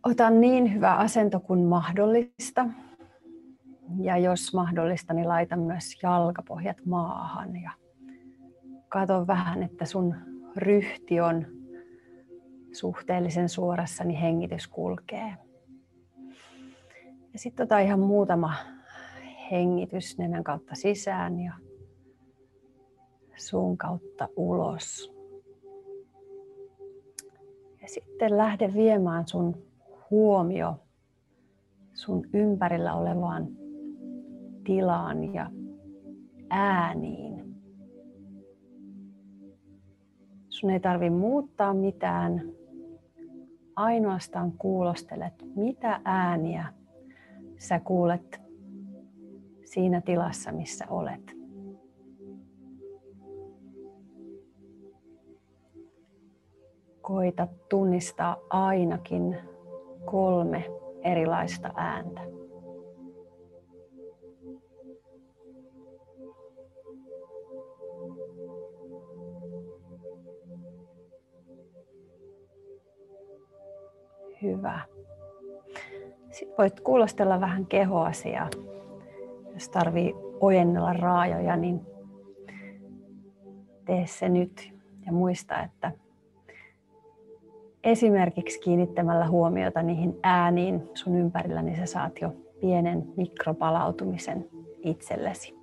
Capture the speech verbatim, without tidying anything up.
Ota niin hyvä asento kuin mahdollista. Ja jos mahdollista, niin laita myös jalkapohjat maahan. Ja katso vähän, että sun ryhti on suhteellisen suorassa, niin hengitys kulkee. Ja sitten ota ihan muutama hengitys nenän kautta sisään ja suun kautta ulos. Ja sitten lähde viemään sun huomio sun ympärillä olevaan tilaan ja ääniin. Sun ei tarvitse muuttaa mitään, ainoastaan kuulostelet, mitä ääniä sä kuulet siinä tilassa, missä olet. Koita tunnistaa ainakin kolme erilaista ääntä. Hyvä. Sitten voit kuulostella vähän kehoasi ja jos tarvii ojennella raajoja, niin tee se nyt. Ja muista, että esimerkiksi kiinnittämällä huomiota niihin ääniin sun ympärillä, niin sä saat jo pienen mikropalautumisen itsellesi.